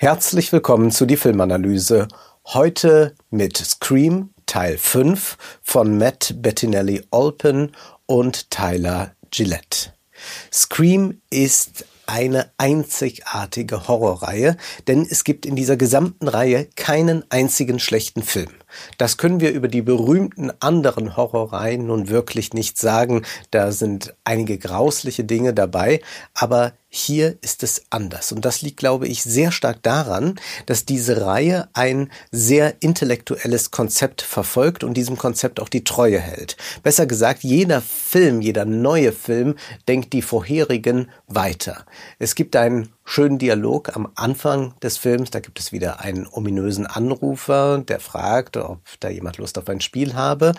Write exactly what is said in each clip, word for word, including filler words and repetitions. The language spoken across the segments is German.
Herzlich willkommen zu die Filmanalyse. Heute mit Scream Teil fünf von Matt Bettinelli-Olpin und Tyler Gillette. Scream ist eine einzigartige Horrorreihe, denn es gibt in dieser gesamten Reihe keinen einzigen schlechten Film. Das können wir über die berühmten anderen Horrorreihen nun wirklich nicht sagen. Da sind einige grausliche Dinge dabei, aber hier ist es anders. Und das liegt, glaube ich, sehr stark daran, dass diese Reihe ein sehr intellektuelles Konzept verfolgt und diesem Konzept auch die Treue hält. Besser gesagt, jeder Film, jeder neue Film denkt die vorherigen weiter. Es gibt einen schönen Dialog am Anfang des Films. Da gibt es wieder einen ominösen Anrufer, der fragt, ob da jemand Lust auf ein Spiel habe.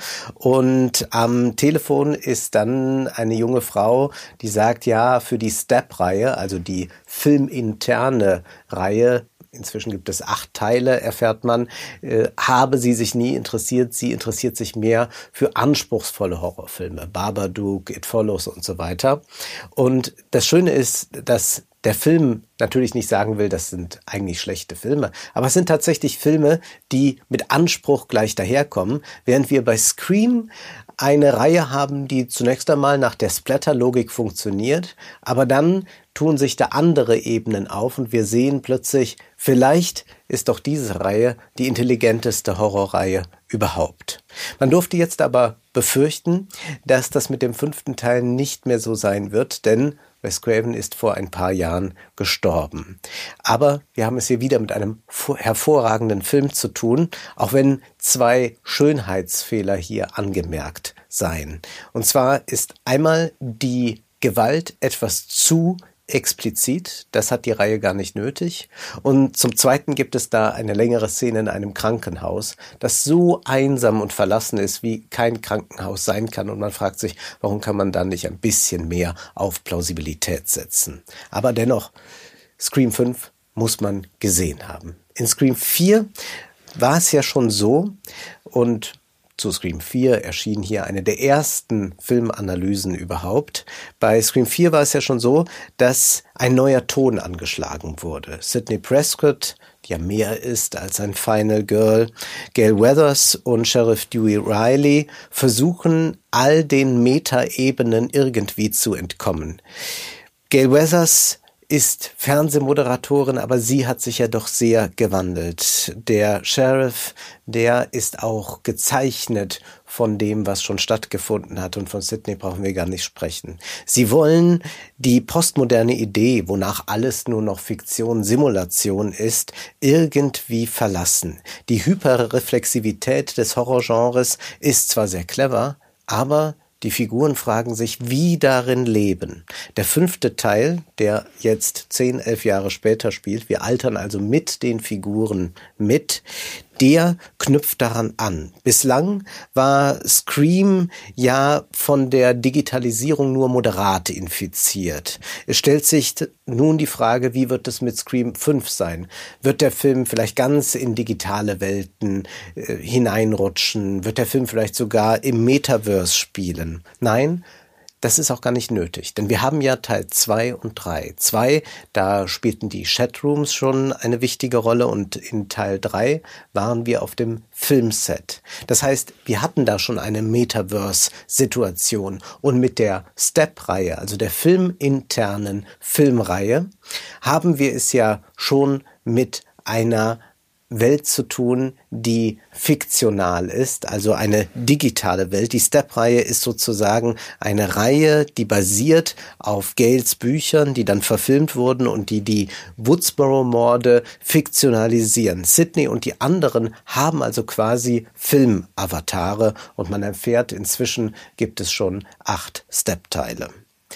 Und am Telefon ist dann eine junge Frau, die sagt, ja, für die Step-Reihe, also die filminterne Reihe, inzwischen gibt es acht Teile, erfährt man, äh, habe sie sich nie interessiert. Sie interessiert sich mehr für anspruchsvolle Horrorfilme. Babadook, It Follows und so weiter. Und das Schöne ist, dass der Film natürlich nicht sagen will, das sind eigentlich schlechte Filme, aber es sind tatsächlich Filme, die mit Anspruch gleich daherkommen, während wir bei Scream eine Reihe haben, die zunächst einmal nach der Splatter-Logik funktioniert, aber dann tun sich da andere Ebenen auf und wir sehen plötzlich, vielleicht ist doch diese Reihe die intelligenteste Horrorreihe überhaupt. Man durfte jetzt aber befürchten, dass das mit dem fünften Teil nicht mehr so sein wird, denn Wes Craven ist vor ein paar Jahren gestorben. Aber wir haben es hier wieder mit einem hervorragenden Film zu tun, auch wenn zwei Schönheitsfehler hier angemerkt seien. Und zwar ist einmal die Gewalt etwas zu explizit, das hat die Reihe gar nicht nötig. Und zum Zweiten gibt es da eine längere Szene in einem Krankenhaus, das so einsam und verlassen ist, wie kein Krankenhaus sein kann. Und man fragt sich, warum kann man da nicht ein bisschen mehr auf Plausibilität setzen? Aber dennoch, Scream fünf muss man gesehen haben. In Scream vier war es ja schon so, und zu Scream vier erschien hier eine der ersten Filmanalysen überhaupt. Bei Scream vier war es ja schon so, dass ein neuer Ton angeschlagen wurde. Sidney Prescott, die ja mehr ist als ein Final Girl, Gale Weathers und Sheriff Dewey Riley versuchen, all den Metaebenen irgendwie zu entkommen. Gale Weathers ist Fernsehmoderatorin, aber sie hat sich ja doch sehr gewandelt. Der Sheriff, der ist auch gezeichnet von dem, was schon stattgefunden hat, und von Sidney brauchen wir gar nicht sprechen. Sie wollen die postmoderne Idee, wonach alles nur noch Fiktion, Simulation ist, irgendwie verlassen. Die Hyperreflexivität des Horrorgenres ist zwar sehr clever, aber die Figuren fragen sich, wie darin leben. Der fünfte Teil, der jetzt zehn, elf Jahre später spielt, wir altern also mit den Figuren mit, der knüpft daran an. Bislang war Scream ja von der Digitalisierung nur moderat infiziert. Es stellt sich nun die Frage, wie wird es mit Scream fünf sein? Wird der Film vielleicht ganz in digitale Welten äh, hineinrutschen? Wird der Film vielleicht sogar im Metaverse spielen? Nein, das ist auch gar nicht nötig, denn wir haben ja Teil zwei und drei. zwei, da spielten die Chatrooms schon eine wichtige Rolle, und in Teil drei waren wir auf dem Filmset. Das heißt, wir hatten da schon eine Metaverse-Situation, und mit der Step-Reihe, also der filminternen Filmreihe, haben wir es ja schon mit einer Welt zu tun, die fiktional ist, also eine digitale Welt. Die Step-Reihe ist sozusagen eine Reihe, die basiert auf Gales Büchern, die dann verfilmt wurden und die die Woodsboro-Morde fiktionalisieren. Sidney und die anderen haben also quasi Film-Avatare, und man erfährt, inzwischen gibt es schon acht Step-Teile.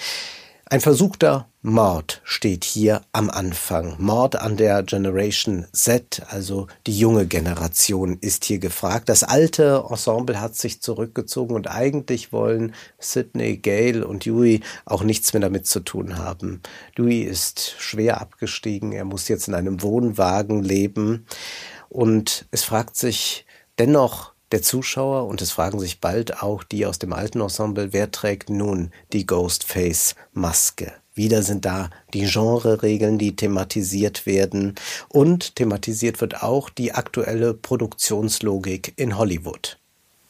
Ein versuchter Mord steht hier am Anfang. Mord an der Generation Z, also die junge Generation, ist hier gefragt. Das alte Ensemble hat sich zurückgezogen, und eigentlich wollen Sidney, Gale und Dewey auch nichts mehr damit zu tun haben. Dewey ist schwer abgestiegen, er muss jetzt in einem Wohnwagen leben, und es fragt sich dennoch der Zuschauer, und es fragen sich bald auch die aus dem alten Ensemble, wer trägt nun die Ghostface-Maske? Wieder sind da die Genre-Regeln, die thematisiert werden. Und thematisiert wird auch die aktuelle Produktionslogik in Hollywood.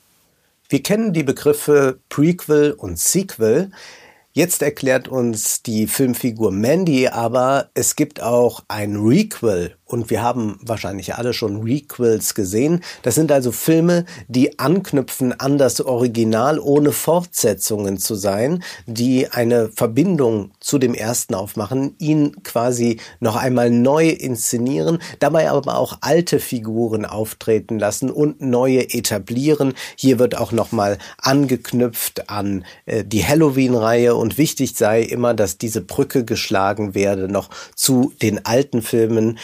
Wir kennen die Begriffe Prequel und Sequel. Jetzt erklärt uns die Filmfigur Mandy aber, es gibt auch ein Requel und wir haben wahrscheinlich alle schon Requels gesehen. Das sind also Filme, die anknüpfen an das Original, ohne Fortsetzungen zu sein, die eine Verbindung zu dem ersten aufmachen, ihn quasi noch einmal neu inszenieren, dabei aber auch alte Figuren auftreten lassen und neue etablieren. Hier wird auch nochmal angeknüpft an äh, die Halloween-Reihe und wichtig sei immer, dass diese Brücke geschlagen werde noch zu den alten Filmen.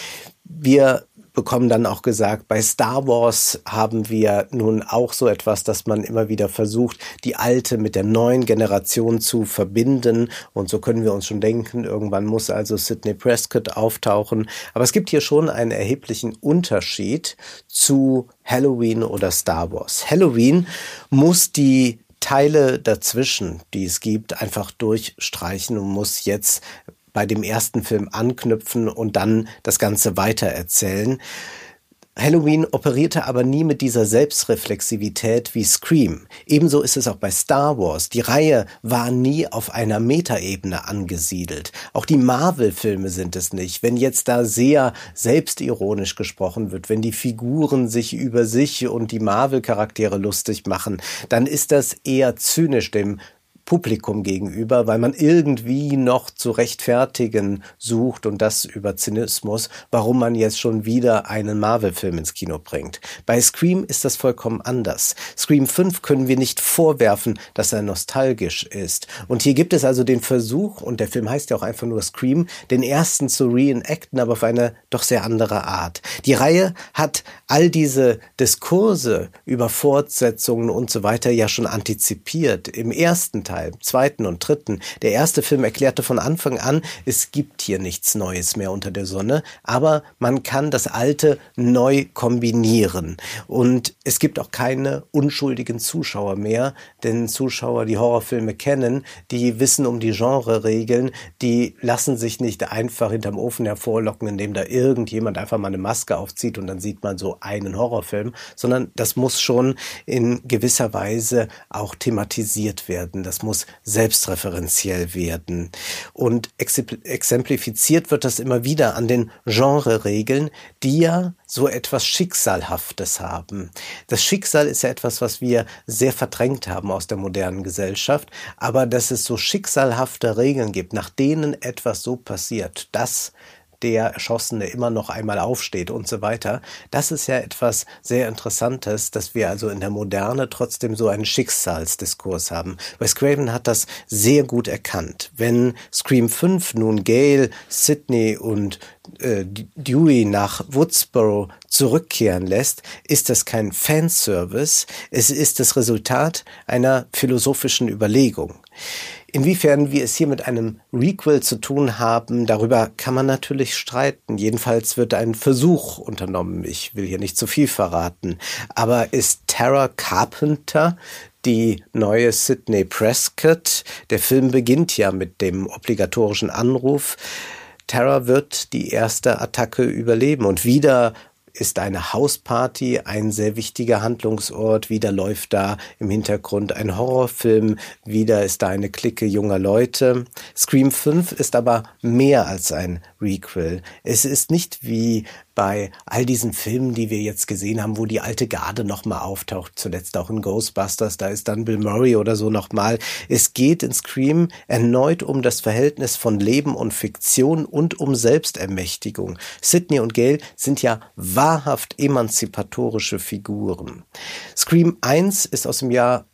Wir bekommen dann auch gesagt, bei Star Wars haben wir nun auch so etwas, dass man immer wieder versucht, die alte mit der neuen Generation zu verbinden. Und so können wir uns schon denken, irgendwann muss also Sidney Prescott auftauchen. Aber es gibt hier schon einen erheblichen Unterschied zu Halloween oder Star Wars. Halloween muss die Teile dazwischen, die es gibt, einfach durchstreichen und muss jetzt bei dem ersten Film anknüpfen und dann das Ganze weitererzählen. Halloween operierte aber nie mit dieser Selbstreflexivität wie Scream. Ebenso ist es auch bei Star Wars. Die Reihe war nie auf einer Metaebene angesiedelt. Auch die Marvel-Filme sind es nicht. Wenn jetzt da sehr selbstironisch gesprochen wird, wenn die Figuren sich über sich und die Marvel-Charaktere lustig machen, dann ist das eher zynisch dem Publikum gegenüber, weil man irgendwie noch zu rechtfertigen sucht und das über Zynismus, warum man jetzt schon wieder einen Marvel-Film ins Kino bringt. Bei Scream ist das vollkommen anders. Scream fünf können wir nicht vorwerfen, dass er nostalgisch ist. Und hier gibt es also den Versuch, und der Film heißt ja auch einfach nur Scream, den ersten zu reenacten, aber auf eine doch sehr andere Art. Die Reihe hat all diese Diskurse über Fortsetzungen und so weiter ja schon antizipiert. Im ersten Teil, im zweiten und dritten. Der erste Film erklärte von Anfang an, es gibt hier nichts Neues mehr unter der Sonne, aber man kann das Alte neu kombinieren. Und es gibt auch keine unschuldigen Zuschauer mehr, denn Zuschauer, die Horrorfilme kennen, die wissen um die Genre-Regeln, die lassen sich nicht einfach hinterm Ofen hervorlocken, indem da irgendjemand einfach mal eine Maske aufzieht und dann sieht man so einen Horrorfilm, sondern das muss schon in gewisser Weise auch thematisiert werden. Das muss selbstreferenziell werden. Und exemplifiziert wird das immer wieder an den Genre-Regeln, die ja so etwas Schicksalhaftes haben. Das Schicksal ist ja etwas, was wir sehr verdrängt haben aus der modernen Gesellschaft, aber dass es so schicksalhafte Regeln gibt, nach denen etwas so passiert, dass der Erschossene immer noch einmal aufsteht und so weiter. Das ist ja etwas sehr Interessantes, dass wir also in der Moderne trotzdem so einen Schicksalsdiskurs haben. Wes Craven hat das sehr gut erkannt. Wenn Scream fünf nun Gale, Sidney und äh, Dewey nach Woodsboro zurückkehren lässt, ist das kein Fanservice, es ist das Resultat einer philosophischen Überlegung. Inwiefern wir es hier mit einem Requel zu tun haben, darüber kann man natürlich streiten. Jedenfalls wird ein Versuch unternommen. Ich will hier nicht zu viel verraten. Aber ist Tara Carpenter die neue Sidney Prescott? Der Film beginnt ja mit dem obligatorischen Anruf. Tara wird die erste Attacke überleben und wieder ist eine Hausparty ein sehr wichtiger Handlungsort. Wieder läuft da im Hintergrund ein Horrorfilm. Wieder ist da eine Clique junger Leute. Scream fünf ist aber mehr als ein Requel. Es ist nicht wie bei all diesen Filmen, die wir jetzt gesehen haben, wo die alte Garde nochmal auftaucht, zuletzt auch in Ghostbusters, da ist dann Bill Murray oder so nochmal. Es geht in Scream erneut um das Verhältnis von Leben und Fiktion und um Selbstermächtigung. Sidney und Gale sind ja wahrhaft emanzipatorische Figuren. Scream eins ist aus dem Jahr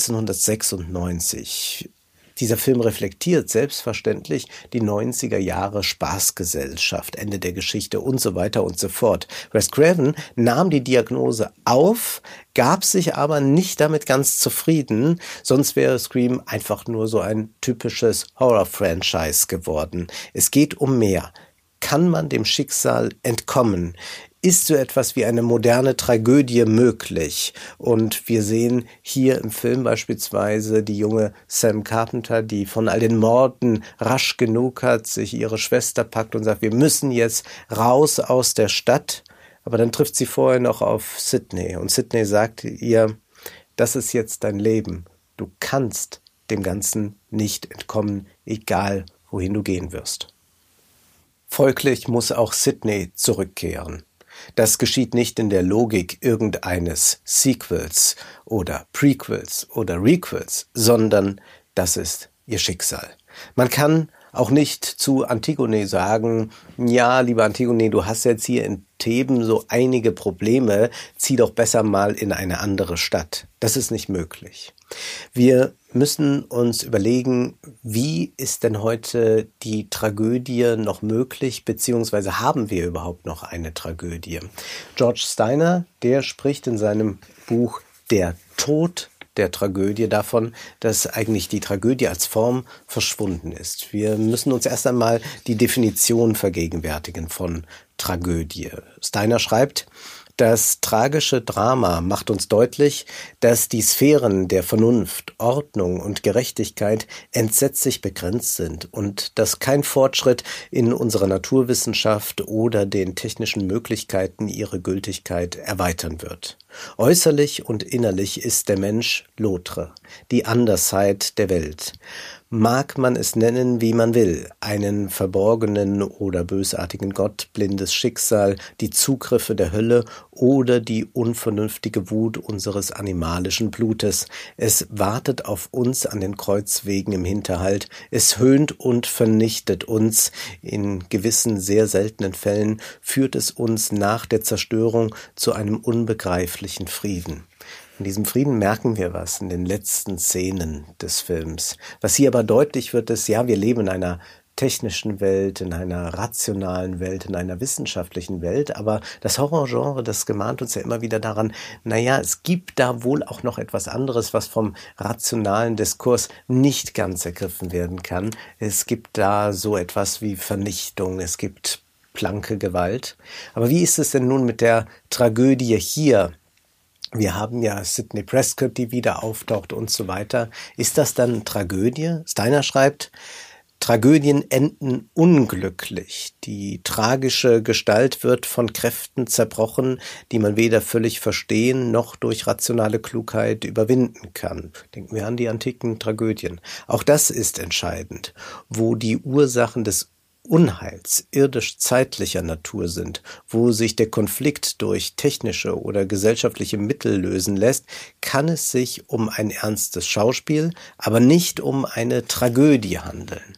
neunzehnhundertsechsundneunzig. Dieser Film reflektiert selbstverständlich die neunziger Jahre Spaßgesellschaft, Ende der Geschichte und so weiter und so fort. Wes Craven nahm die Diagnose auf, gab sich aber nicht damit ganz zufrieden, sonst wäre Scream einfach nur so ein typisches Horror-Franchise geworden. Es geht um mehr. Kann man dem Schicksal entkommen? ist so etwas wie eine moderne Tragödie möglich. Und wir sehen hier im Film beispielsweise die junge Sam Carpenter, die von all den Morden rasch genug hat, sich ihre Schwester packt und sagt, wir müssen jetzt raus aus der Stadt. Aber dann trifft sie vorher noch auf Sidney. Und Sidney sagt ihr, das ist jetzt dein Leben. Du kannst dem Ganzen nicht entkommen, egal wohin du gehen wirst. Folglich muss auch Sidney zurückkehren. Das geschieht nicht in der Logik irgendeines Sequels oder Prequels oder Requels, sondern das ist ihr Schicksal. Man kann auch nicht zu Antigone sagen, ja, lieber Antigone, du hast jetzt hier in Theben so einige Probleme, zieh doch besser mal in eine andere Stadt. Das ist nicht möglich. Wir müssen uns überlegen, wie ist denn heute die Tragödie noch möglich, beziehungsweise haben wir überhaupt noch eine Tragödie? George Steiner, der spricht in seinem Buch Der Tod der Tragödie davon, dass eigentlich die Tragödie als Form verschwunden ist. Wir müssen uns erst einmal die Definition vergegenwärtigen von Tragödie. Steiner schreibt, das tragische Drama macht uns deutlich, dass die Sphären der Vernunft, Ordnung und Gerechtigkeit entsetzlich begrenzt sind und dass kein Fortschritt in unserer Naturwissenschaft oder den technischen Möglichkeiten ihre Gültigkeit erweitern wird. Äußerlich und innerlich ist der Mensch Lothre, die Andersheit der Welt. Mag man es nennen, wie man will, einen verborgenen oder bösartigen Gott, blindes Schicksal, die Zugriffe der Hölle oder die unvernünftige Wut unseres animalischen Blutes. Es wartet auf uns an den Kreuzwegen im Hinterhalt, es höhnt und vernichtet uns. In gewissen sehr seltenen Fällen führt es uns nach der Zerstörung zu einem unbegreiflichen Frieden. In diesem Frieden merken wir was in den letzten Szenen des Films. Was hier aber deutlich wird, ist, ja, wir leben in einer technischen Welt, in einer rationalen Welt, in einer wissenschaftlichen Welt, aber das Horrorgenre, das gemahnt uns ja immer wieder daran, naja, es gibt da wohl auch noch etwas anderes, was vom rationalen Diskurs nicht ganz ergriffen werden kann. Es gibt da so etwas wie Vernichtung, es gibt blanke Gewalt. Aber wie ist es denn nun mit der Tragödie hier? Wir haben ja Sidney Prescott, die wieder auftaucht und so weiter. Ist das dann Tragödie? Steiner schreibt, Tragödien enden unglücklich. Die tragische Gestalt wird von Kräften zerbrochen, die man weder völlig verstehen noch durch rationale Klugheit überwinden kann. Denken wir an die antiken Tragödien. Auch das ist entscheidend, wo die Ursachen des Unheils irdisch-zeitlicher Natur sind, wo sich der Konflikt durch technische oder gesellschaftliche Mittel lösen lässt, kann es sich um ein ernstes Schauspiel, aber nicht um eine Tragödie handeln.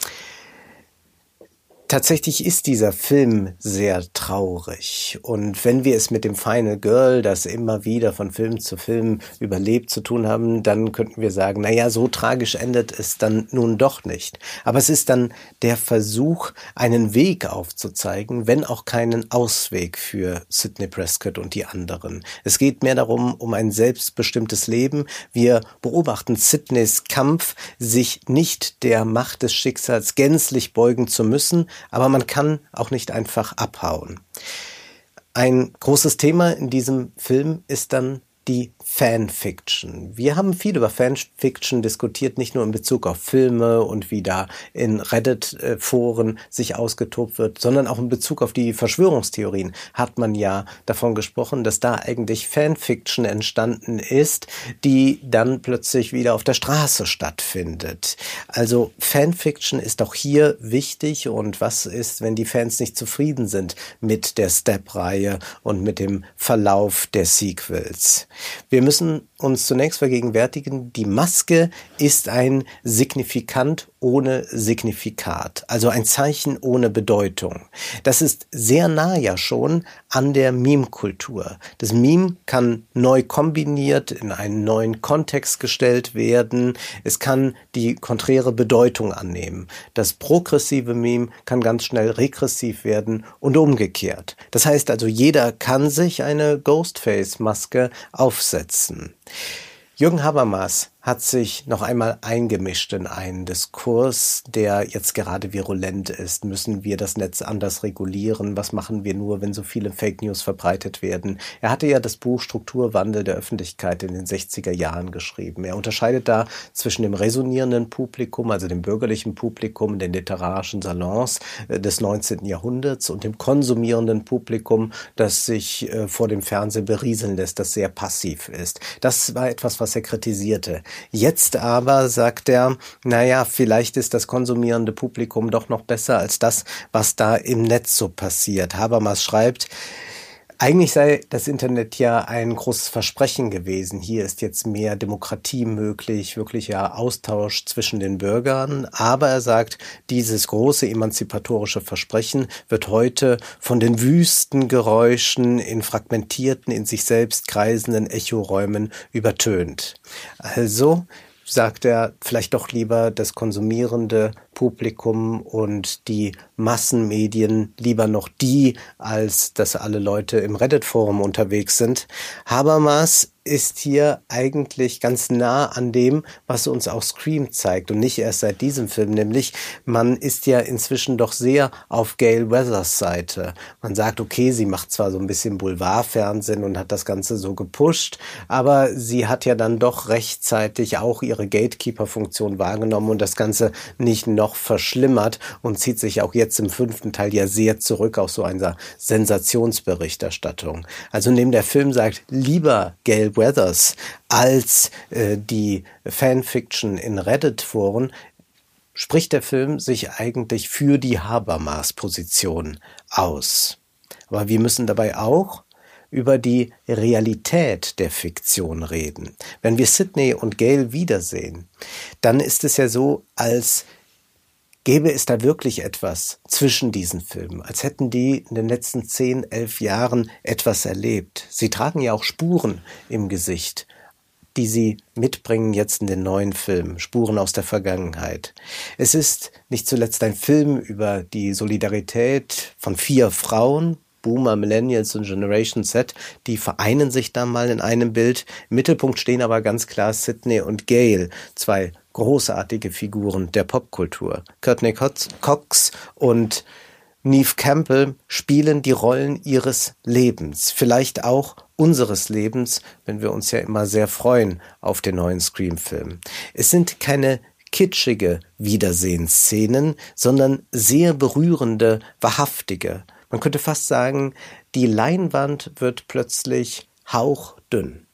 Tatsächlich ist dieser Film sehr traurig und wenn wir es mit dem Final Girl, das immer wieder von Film zu Film überlebt, zu tun haben, dann könnten wir sagen, naja, so tragisch endet es dann nun doch nicht. Aber es ist dann der Versuch, einen Weg aufzuzeigen, wenn auch keinen Ausweg für Sidney Prescott und die anderen. Es geht mehr darum, um ein selbstbestimmtes Leben. Wir beobachten Sidneys Kampf, sich nicht der Macht des Schicksals gänzlich beugen zu müssen, aber man kann auch nicht einfach abhauen. Ein großes Thema in diesem Film ist dann die Fanfiction. Wir haben viel über Fanfiction diskutiert, nicht nur in Bezug auf Filme und wie da in Reddit-Foren sich ausgetobt wird, sondern auch in Bezug auf die Verschwörungstheorien hat man ja davon gesprochen, dass da eigentlich Fanfiction entstanden ist, die dann plötzlich wieder auf der Straße stattfindet. Also Fanfiction ist auch hier wichtig und was ist, wenn die Fans nicht zufrieden sind mit der Step-Reihe und mit dem Verlauf der Sequels? Wir müssen uns zunächst vergegenwärtigen, die Maske ist ein Signifikant ohne Signifikat, also ein Zeichen ohne Bedeutung. Das ist sehr nah ja schon an der Meme-Kultur. Das Meme kann neu kombiniert, in einen neuen Kontext gestellt werden. Es kann die konträre Bedeutung annehmen. Das progressive Meme kann ganz schnell regressiv werden und umgekehrt. Das heißt also, jeder kann sich eine Ghostface-Maske aufsetzen. Jürgen Habermas hat sich noch einmal eingemischt in einen Diskurs, der jetzt gerade virulent ist. Müssen wir das Netz anders regulieren? Was machen wir nur, wenn so viele Fake News verbreitet werden? Er hatte ja das Buch Strukturwandel der Öffentlichkeit in den sechziger Jahren geschrieben. Er unterscheidet da zwischen dem resonierenden Publikum, also dem bürgerlichen Publikum in den literarischen Salons des neunzehnten Jahrhunderts und dem konsumierenden Publikum, das sich äh, vor dem Fernsehen berieseln lässt, das sehr passiv ist. Das war etwas, was er kritisierte. Jetzt aber sagt er, naja, vielleicht ist das konsumierende Publikum doch noch besser als das, was da im Netz so passiert. Habermas schreibt, eigentlich sei das Internet ja ein großes Versprechen gewesen. Hier ist jetzt mehr Demokratie möglich, wirklicher Austausch zwischen den Bürgern. Aber er sagt, dieses große emanzipatorische Versprechen wird heute von den wüsten Geräuschen in fragmentierten, in sich selbst kreisenden Echoräumen übertönt. Also sagt er, vielleicht doch lieber das konsumierende Publikum und die Massenmedien, lieber noch die, als dass alle Leute im Reddit-Forum unterwegs sind. Habermas ist hier eigentlich ganz nah an dem, was uns auch Scream zeigt und nicht erst seit diesem Film, nämlich man ist ja inzwischen doch sehr auf Gail Weathers Seite. Man sagt, okay, sie macht zwar so ein bisschen Boulevardfernsehen und hat das Ganze so gepusht, aber sie hat ja dann doch rechtzeitig auch ihre Gatekeeper-Funktion wahrgenommen und das Ganze nicht noch verschlimmert und zieht sich auch jetzt im fünften Teil ja sehr zurück auf so einer Sensationsberichterstattung. Also neben der Film sagt, lieber Gail Weathers als äh, die Fanfiction in Reddit-Foren, spricht der Film sich eigentlich für die Habermas-Position aus. Aber wir müssen dabei auch über die Realität der Fiktion reden. Wenn wir Sidney und Gail wiedersehen, dann ist es ja so, als gäbe es da wirklich etwas zwischen diesen Filmen, als hätten die in den letzten zehn, elf Jahren etwas erlebt. Sie tragen ja auch Spuren im Gesicht, die sie mitbringen jetzt in den neuen Film, Spuren aus der Vergangenheit. Es ist nicht zuletzt ein Film über die Solidarität von vier Frauen, Boomer, Millennials und Generation Z, die vereinen sich da mal in einem Bild. Im Mittelpunkt stehen aber ganz klar Sidney und Gail, zwei großartige Figuren der Popkultur. Courtney Cox und Neve Campbell spielen die Rollen ihres Lebens, vielleicht auch unseres Lebens, wenn wir uns ja immer sehr freuen auf den neuen Scream-Film. Es sind keine kitschige Wiedersehensszenen, sondern sehr berührende, wahrhaftige. Man könnte fast sagen, die Leinwand wird plötzlich hauchdünn.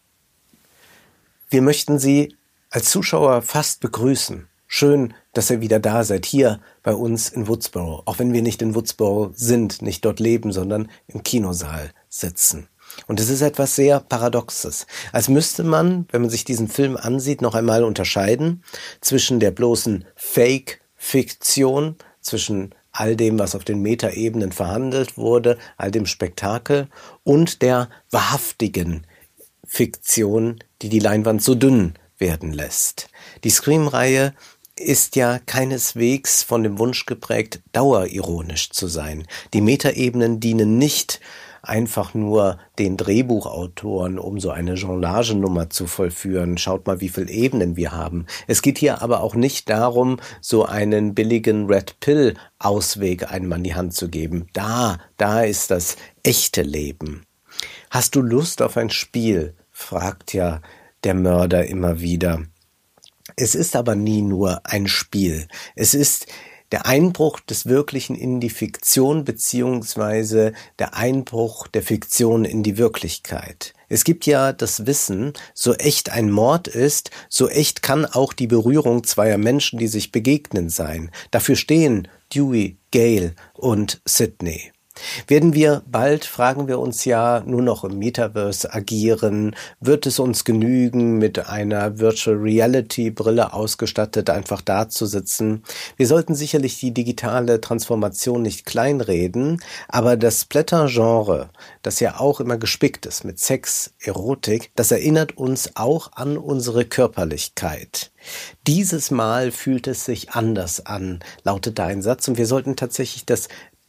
Wir möchten Sie als Zuschauer fast begrüßen. Schön, dass ihr wieder da seid, hier bei uns in Woodsboro. Auch wenn wir nicht in Woodsboro sind, nicht dort leben, sondern im Kinosaal sitzen. Und es ist etwas sehr Paradoxes. Als müsste man, wenn man sich diesen Film ansieht, noch einmal unterscheiden zwischen der bloßen Fake-Fiktion, zwischen all dem, was auf den Metaebenen verhandelt wurde, all dem Spektakel und der wahrhaftigen Fiktion, die die Leinwand so dünn werden lässt. Die Scream-Reihe ist ja keineswegs von dem Wunsch geprägt, dauerironisch zu sein. Die Metaebenen dienen nicht einfach nur den Drehbuchautoren, um so eine Jonglage-Nummer zu vollführen. Schaut mal, wie viele Ebenen wir haben. Es geht hier aber auch nicht darum, so einen billigen Red-Pill-Ausweg einem an die Hand zu geben. Da, da ist das echte Leben. Hast du Lust auf ein Spiel? Fragt ja der Mörder immer wieder. Es ist aber nie nur ein Spiel. Es ist der Einbruch des Wirklichen in die Fiktion beziehungsweise der Einbruch der Fiktion in die Wirklichkeit. Es gibt ja das Wissen, so echt ein Mord ist, so echt kann auch die Berührung zweier Menschen, die sich begegnen, sein. Dafür stehen Dewey, Gail und Sidney. Werden wir bald, fragen wir uns ja, nur noch im Metaverse agieren? Wird es uns genügen, mit einer Virtual Reality Brille ausgestattet einfach da zu sitzen? Wir sollten sicherlich die digitale Transformation nicht kleinreden, aber das Splatter-Genre, das ja auch immer gespickt ist mit Sex, Erotik, das erinnert uns auch an unsere Körperlichkeit. Dieses Mal fühlt es sich anders an, lautet da ein Satz, und wir sollten tatsächlich das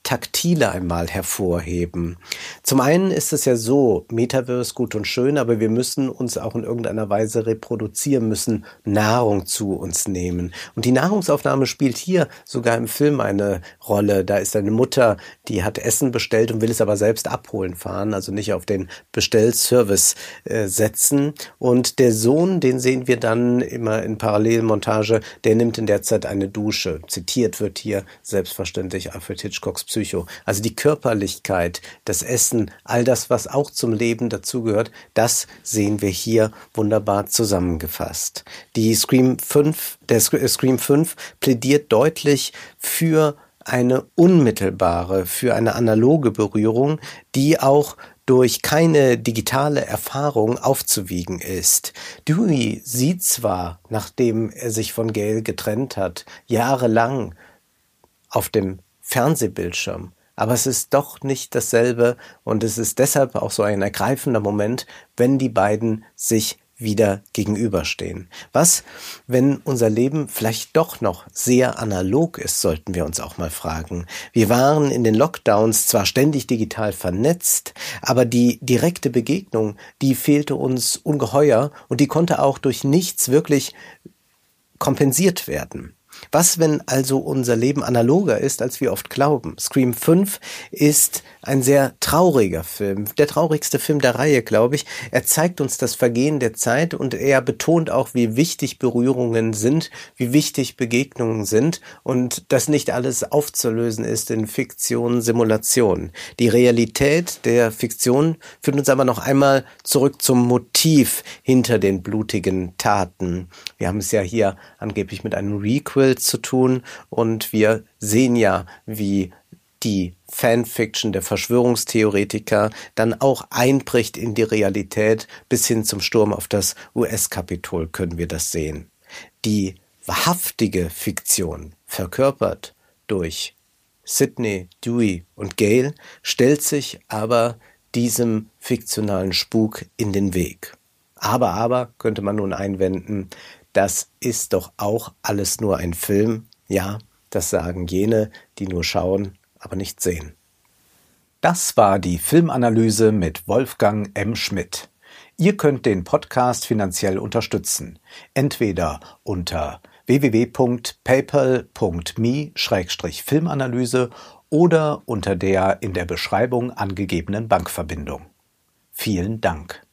Taktile einmal hervorheben. Zum einen ist es ja so, Metaverse gut und schön, aber wir müssen uns auch in irgendeiner Weise reproduzieren, müssen Nahrung zu uns nehmen. Und die Nahrungsaufnahme spielt hier sogar im Film eine Rolle. Da ist eine Mutter, die hat Essen bestellt und will es aber selbst abholen fahren, also nicht auf den Bestellservice äh, setzen. Und der Sohn, den sehen wir dann immer in Parallelmontage, der nimmt in der Zeit eine Dusche. Zitiert wird hier selbstverständlich Alfred Hitchcocks Psycho. Also die Körperlichkeit, das Essen, all das, was auch zum Leben dazugehört, das sehen wir hier wunderbar zusammengefasst. Die Scream fünf, der Scream fünf plädiert deutlich für eine unmittelbare, für eine analoge Berührung, die auch durch keine digitale Erfahrung aufzuwiegen ist. Dewey sieht zwar, nachdem er sich von Gail getrennt hat, jahrelang auf dem Fernsehbildschirm, aber es ist doch nicht dasselbe und es ist deshalb auch so ein ergreifender Moment, wenn die beiden sich wieder gegenüberstehen. Was, wenn unser Leben vielleicht doch noch sehr analog ist, sollten wir uns auch mal fragen. Wir waren in den Lockdowns zwar ständig digital vernetzt, aber die direkte Begegnung, die fehlte uns ungeheuer und die konnte auch durch nichts wirklich kompensiert werden. Was, wenn also unser Leben analoger ist, als wir oft glauben? Scream fünf ist ein sehr trauriger Film, der traurigste Film der Reihe, glaube ich. Er zeigt uns das Vergehen der Zeit und er betont auch, wie wichtig Berührungen sind, wie wichtig Begegnungen sind und dass nicht alles aufzulösen ist in Fiktion, Simulation. Die Realität der Fiktion führt uns aber noch einmal zurück zum Motiv hinter den blutigen Taten. Wir haben es ja hier angeblich mit einem Requel zu tun und wir sehen ja, wie die Fanfiction der Verschwörungstheoretiker dann auch einbricht in die Realität. Bis hin zum Sturm auf das U S-Kapitol können wir das sehen. Die wahrhaftige Fiktion, verkörpert durch Sidney, Dewey und Gail, stellt sich aber diesem fiktionalen Spuk in den Weg. Aber, aber, könnte man nun einwenden, das ist doch auch alles nur ein Film. Ja, das sagen jene, die nur schauen, aber nicht sehen. Das war die Filmanalyse mit Wolfgang M. Schmidt. Ihr könnt den Podcast finanziell unterstützen. Entweder unter w w w punkt paypal punkt me slash filmanalyse oder unter der in der Beschreibung angegebenen Bankverbindung. Vielen Dank.